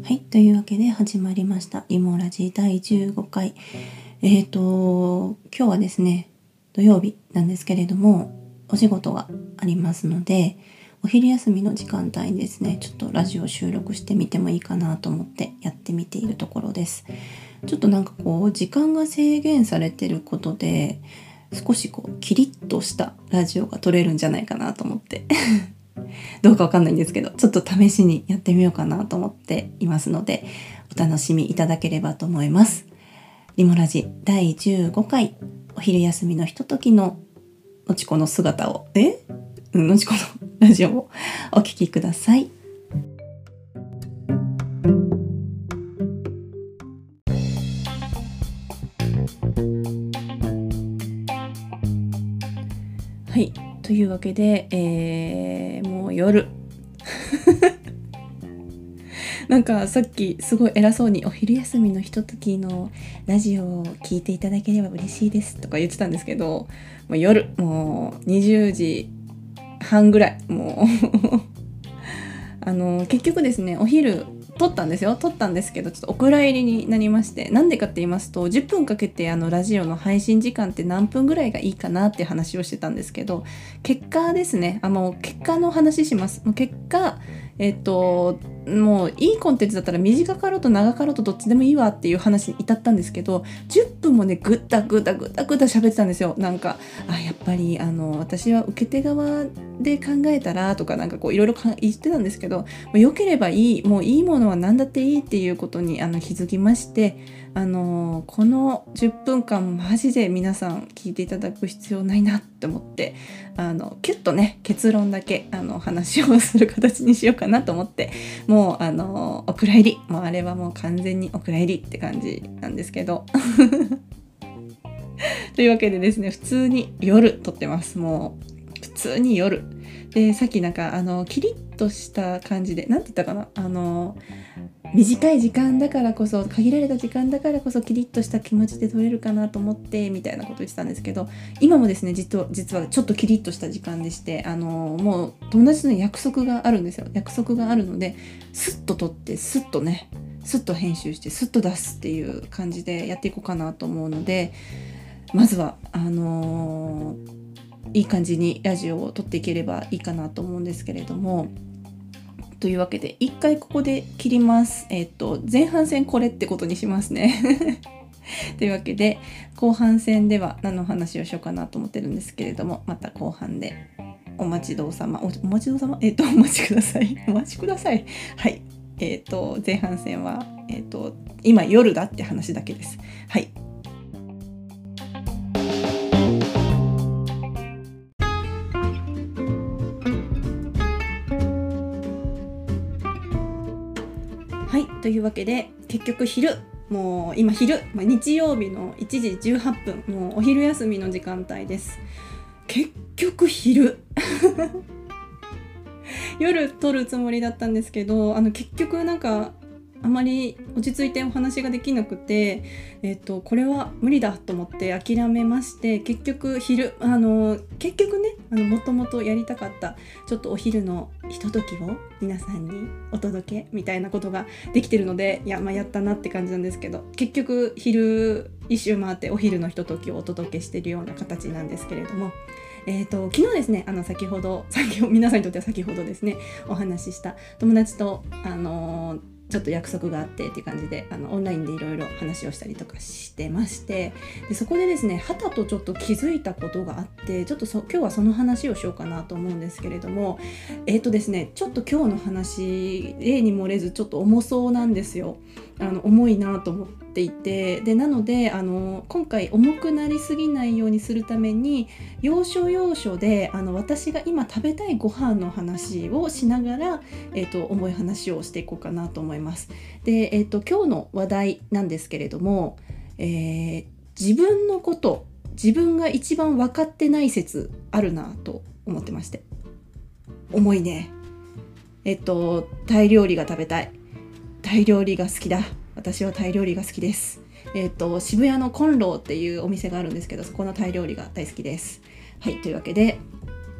はい、というわけで始まりましたイモラジ第15回。今日はですね、土曜日なんですけれども、お仕事がありますので、お昼休みの時間帯にですね、ちょっとラジオ収録してみてもいいかなと思ってやってみているところです。ちょっと時間が制限されてることで、少しキリッとしたラジオが撮れるんじゃないかなと思ってどうかわかんないんですけど、ちょっと試しにやってみようかなと思っていますので、お楽しみいただければと思います。リモラジ第15回、お昼休みのひとときののちこの姿をのちこのラジオをお聞きください。はい、というわけで、もう夜さっきすごい偉そうにお昼休みのひとときのラジオを聞いていただければ嬉しいですとか言ってたんですけど、もう夜もう20時半ぐらい結局ですね、お昼撮ったんですけど、ちょっとお蔵入りになりまして、なんでかって言いますと、10分かけてラジオの配信時間って何分ぐらいがいいかなっていう話をしてたんですけど、結果ですね、結果の話します。結果もういいコンテンツだったら短かろうと長かろうとどっちでもいいわっていう話に至ったんですけど、10分もねぐだぐだ喋ってたんですよ。やっぱり私は受け手側で考えたらとかいろいろ言ってたんですけど、良ければいい、もういいものは何だっていいっていうことに気づきまして、この10分間マジで皆さん聞いていただく必要ないなって思って、キュッとね結論だけ話をする形にしようかなと思って、もうお蔵入り、もうあれはもう完全にお蔵入りって感じなんですけどというわけでですね、普通に夜撮ってます。もう普通に夜で、さっきキリッとした感じでなんて言ったかな、短い時間だからこそ、限られた時間だからこそキリッとした気持ちで撮れるかなと思ってみたいなことを言ってたんですけど、今もですね実はちょっとキリッとした時間でして、もう友達との約束があるんですよ。約束があるので、スッと撮ってスッと編集してスッと出すっていう感じでやっていこうかなと思うので、まずはいい感じにラジオを撮っていければいいかなと思うんですけれども、というわけで一回ここで切ります。前半戦これってことにしますねというわけで後半戦では何の話をしようかなと思ってるんですけれども、また後半でお待ちくださいはい。前半戦は今夜だって話だけです。はい。というわけで結局もう今日曜日の1時18分、もうお昼休みの時間帯です。結局昼夜撮るつもりだったんですけど、結局あまり落ち着いてお話ができなくて、これは無理だと思って諦めまして、結局昼結局ねもともとやりたかったちょっとお昼のひとときを皆さんにお届けみたいなことができてるので、やったなって感じなんですけど、結局昼一周回ってお昼のひとときをお届けしているような形なんですけれども、昨日ですね先ほど皆さんにとっては先ほどですねお話しした友達とちょっと約束があってっていう感じでオンラインでいろいろ話をしたりとかしてまして、でそこでですねはたとちょっと気づいたことがあって、ちょっと今日はその話をしようかなと思うんですけれども、ですねちょっと今日の話例に漏れずちょっと重そうなんですよ。重いなと思っていて、でなので今回重くなりすぎないようにするために要所要所で私が今食べたいご飯の話をしながら、重い話をしていこうかなと思います。で、今日の話題なんですけれども、自分のこと自分が一番分かってない説あるなと思ってまして、重いね。タイ料理が食べたい、タイ料理が好きだ、私はタイ料理が好きです。渋谷のコンローっていうお店があるんですけど、そこのタイ料理が大好きです。はい、というわけで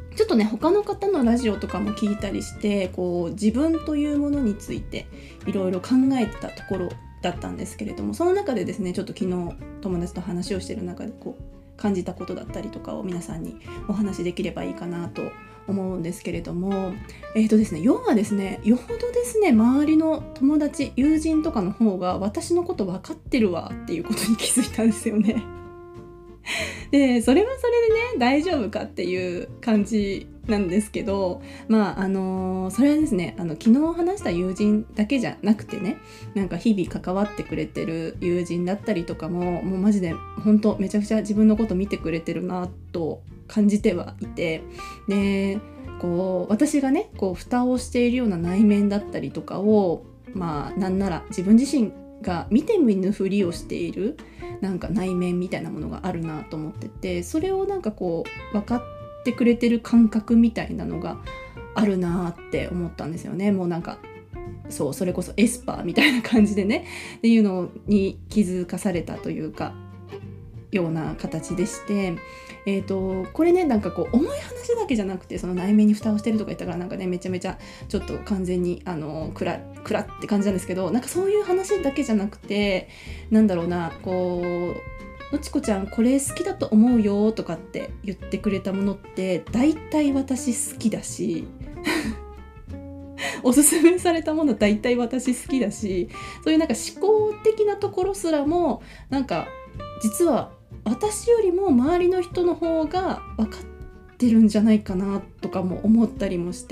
ちょっとね他の方のラジオとかも聞いたりして、こう自分というものについていろいろ考えてたところだったんですけれども、その中でですねちょっと昨日友達と話をしている中でこう感じたことだったりとかを皆さんにお話しできればいいかなと思うんですけれども、ですね、要はですね、よほどですね周りの友達友人とかの方が私のこと分かってるわっていうことに気づいたんですよね。でそれはそれでね大丈夫かっていう感じなんですけど、それはですね昨日話した友人だけじゃなくてね、なんか日々関わってくれてる友人だったりとかももうマジで本当めちゃくちゃ自分のこと見てくれてるなと感じてはいて、でこう私がねこう蓋をしているような内面だったりとかをなんなら自分自身が見て見ぬふりをしているなんか内面みたいなものがあるなと思ってて、それをなんかこう分かってくれてる感覚みたいなのがあるなって思ったんですよね。もうなんかそれこそエスパーみたいな感じでねっていうのに気づかされたというかような形でして、これねなんかこう重い話だけじゃなくてその内面に蓋をしてるとか言ったからなんかねめちゃめちゃちょっと完全にクラって感じなんですけど、なんかそういう話だけじゃなくてなんだろうな、こうのちこちゃんこれ好きだと思うよとかって言ってくれたものって大体私好きだしおすすめされたもの大体私好きだし、そういうなんか思考的なところすらもなんか実は私よりも周りの人の方が分かってるんじゃないかなとかも思ったりもして、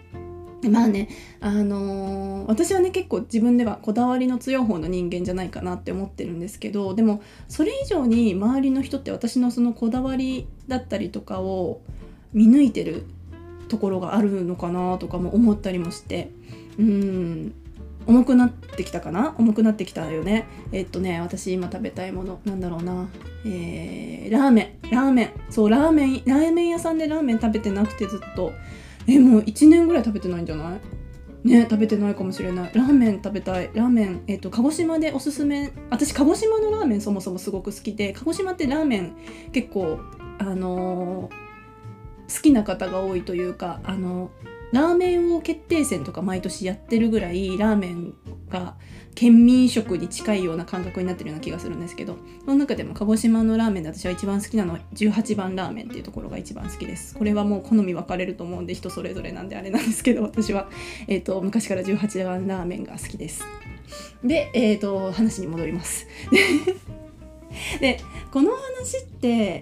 私はね結構自分ではこだわりの強い方の人間じゃないかなって思ってるんですけど、でもそれ以上に周りの人って私のそのこだわりだったりとかを見抜いてるところがあるのかなとかも思ったりもして、重くなってきたかな、重くなってきたよね。私今食べたいものなんだろうな、ラーメンそうラーメン屋さんでラーメン食べてなくてずっともう1年ぐらい食べてないんじゃないね、食べてないかもしれない。ラーメン食べたい。ラーメン鹿児島でおすすめ、私鹿児島のラーメンそもそもすごく好きで、鹿児島ってラーメン結構好きな方が多いというかラーメン王決定戦とか毎年やってるぐらいラーメンが県民食に近いような感覚になってるような気がするんですけど、その中でも鹿児島のラーメンで私は一番好きなのは18番ラーメンっていうところが一番好きです。これはもう好み分かれると思うんで人それぞれなんであれなんですけど、私は、昔から18番ラーメンが好きです。で、話に戻りますでこの話って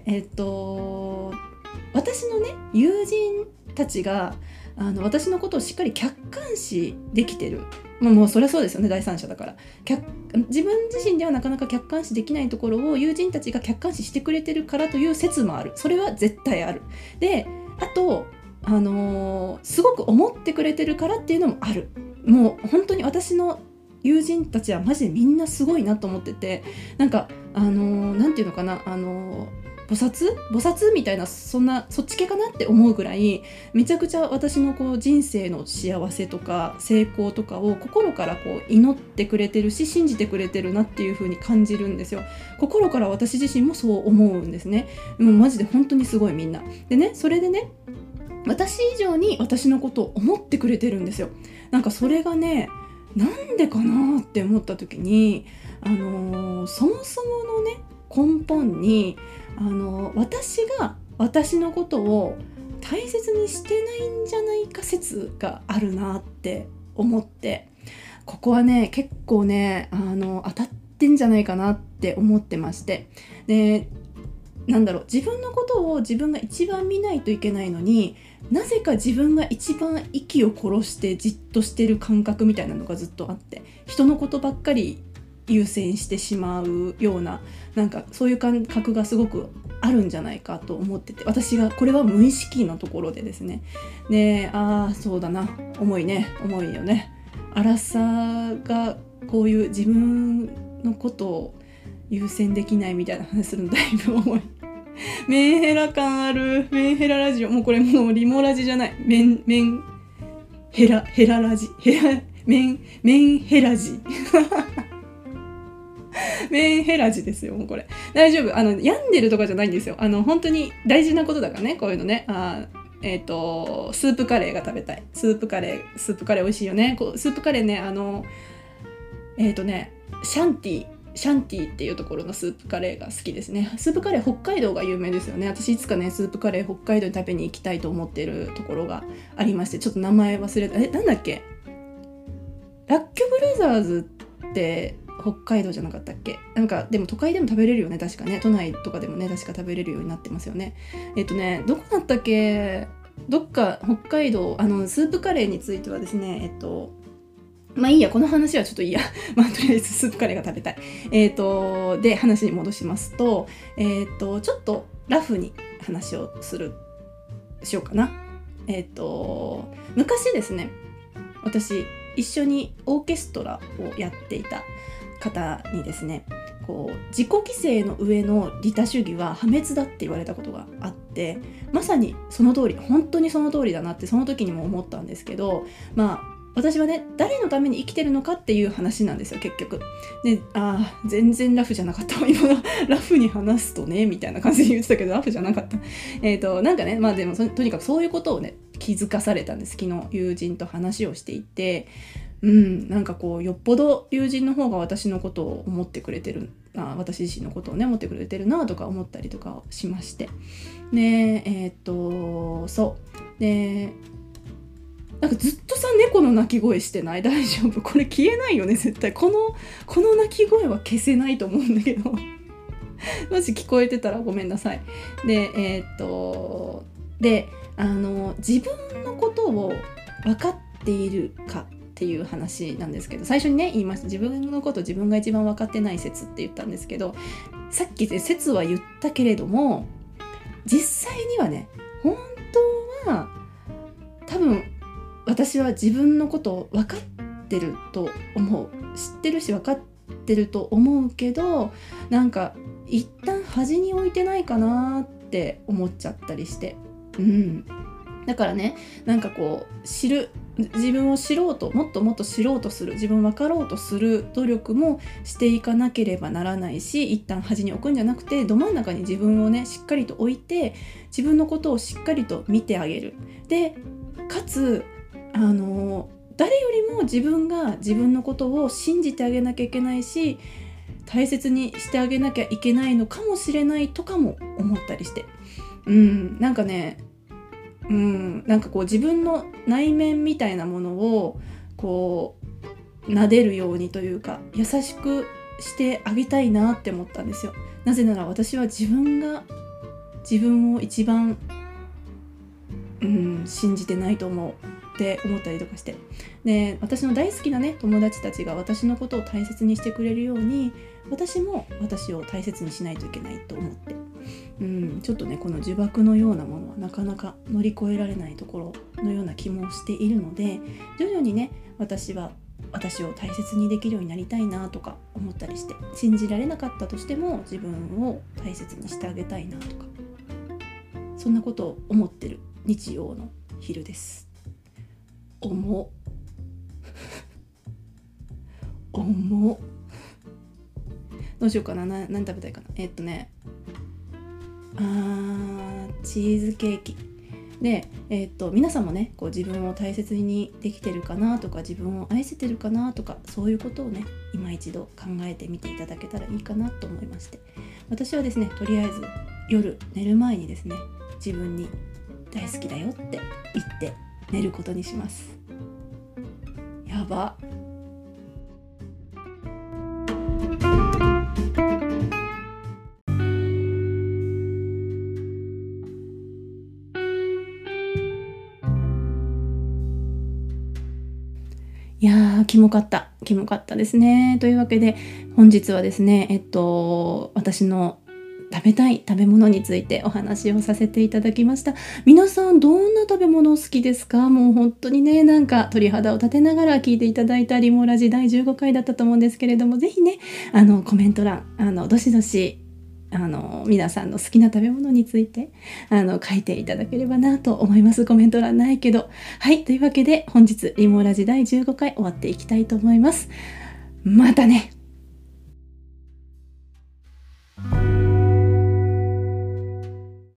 私のね友人たちが私のことをしっかり客観視できてる、もうそりゃそうですよね、第三者だから自分自身ではなかなか客観視できないところを友人たちが客観視してくれてるからという説もある。それは絶対ある。であとすごく思ってくれてるからっていうのもある。もう本当に私の友人たちはマジでみんなすごいなと思ってて、なんかなんていうのかな菩薩みたいなそっち系かなって思うぐらいめちゃくちゃ私のこう人生の幸せとか成功とかを心からこう祈ってくれてるし信じてくれてるなっていう風に感じるんですよ。心から私自身もそう思うんですね。もうマジで本当にすごいみんなでね、それでね私以上に私のことを思ってくれてるんですよ。なんかそれがねなんでかなって思った時にそもそものね根本に私が私のことを大切にしてないんじゃないか説があるなって思って、ここはね結構ね当たってんじゃないかなって思ってまして、で自分のことを自分が一番見ないといけないのになぜか自分が一番息を殺してじっとしてる感覚みたいなのがずっとあって、人のことばっかり優先してしまうようななんかそういう感覚がすごくあるんじゃないかと思ってて、私がこれは無意識のところでですね、でそうだな重いよね。アラサーがこういう自分のことを優先できないみたいな話するのだいぶ重いメンヘラ感ある。メンヘララジオ、もうこれもうリモラジじゃない、メンヘララジメンヘラジメンヘラジですよ。もうこれ大丈夫、病んでるとかじゃないんですよ。本当に大事なことだからね、こういうのね。 スープカレーが食べたい。スープカレー美味しいよね。スープカレーね、シャンティっていうところのスープカレーが好きですね。スープカレー北海道が有名ですよね。私いつかねスープカレー北海道に食べに行きたいと思っているところがありまして、ちょっと名前忘れた。なんだっけ、ラッキョブラザーズって北海道じゃなかったっけ。なんかでも都会でも食べれるよね、確かね。都内とかでもね確か食べれるようになってますよね。どこだったっけ、どっか北海道、スープカレーについてはですね、まあいいや、この話はちょっといいや。まあとりあえずスープカレーが食べたい。で話に戻しますと、ちょっとラフに話をしようかな。昔ですね、私一緒にオーケストラをやっていた方にですね、自己犠牲の上の利他主義は破滅だって言われたことがあって、まさにその通り、本当にその通りだなってその時にも思ったんですけど、まあ私はね誰のために生きてるのかっていう話なんですよ結局。で、全然ラフじゃなかったわ今のラフに話すとねみたいな感じで言ってたけどラフじゃなかった。なんかね、まあでもとにかくそういうことをね気づかされたんです。昨日友人と話をしていて、なんかよっぽど友人の方が私のことを思ってくれてる、私自身のことをね思ってくれてるなとか思ったりとかしまして、でそうで、なんかずっとさ猫の鳴き声してない？大丈夫？これ消えないよね絶対。この鳴き声は消せないと思うんだけどもし聞こえてたらごめんなさい。で自分のことを分かっているかっていう話なんですけど、最初にね言いました。自分のこと自分が一番分かってない説って言ったんですけど、さっき説は言ったけれども実際にはね本当は多分私は自分のことを分かってると思う。知ってるし分かってると思うけど、なんか一旦端に置いてないかなって思っちゃったりして、だからね、なんか自分を知ろうと、もっともっと知ろうとする、自分を分かろうとする努力もしていかなければならないし、一旦端に置くんじゃなくてど真ん中に自分をねしっかりと置いて自分のことをしっかりと見てあげる。でかつ誰よりも自分が自分のことを信じてあげなきゃいけないし大切にしてあげなきゃいけないのかもしれないとかも思ったりして、なんかね、なんか自分の内面みたいなものを撫でるようにというか優しくしてあげたいなって思ったんですよ。なぜなら私は自分が自分を一番信じてないと思うって思ったりとかして、で私の大好きなね友達たちが私のことを大切にしてくれるように私も私を大切にしないといけないと思って、ちょっとねこの呪縛のようなものはなかなか乗り越えられないところのような気もしているので、徐々にね私は私を大切にできるようになりたいなとか思ったりして、信じられなかったとしても自分を大切にしてあげたいなとか、そんなことを思ってる日曜の昼です。重どうしようかな。何食べたいかな。チーズケーキで、皆さんもね自分を大切にできてるかなとか自分を愛せてるかなとか、そういうことをね今一度考えてみていただけたらいいかなと思いまして、私はですねとりあえず夜寝る前にですね自分に大好きだよって言って寝ることにします。やば。いやーキモかったですね。というわけで本日はですね私の食べたい食べ物についてお話をさせていただきました。皆さんどんな食べ物好きですか？もう本当にねなんか鳥肌を立てながら聞いていただいたリモラジ第15回だったと思うんですけれども、ぜひねコメント欄どしどし皆さんの好きな食べ物について書いていただければなと思います。コメント欄ないけど。はい、というわけで本日リモラジ第15回終わっていきたいと思います。またね。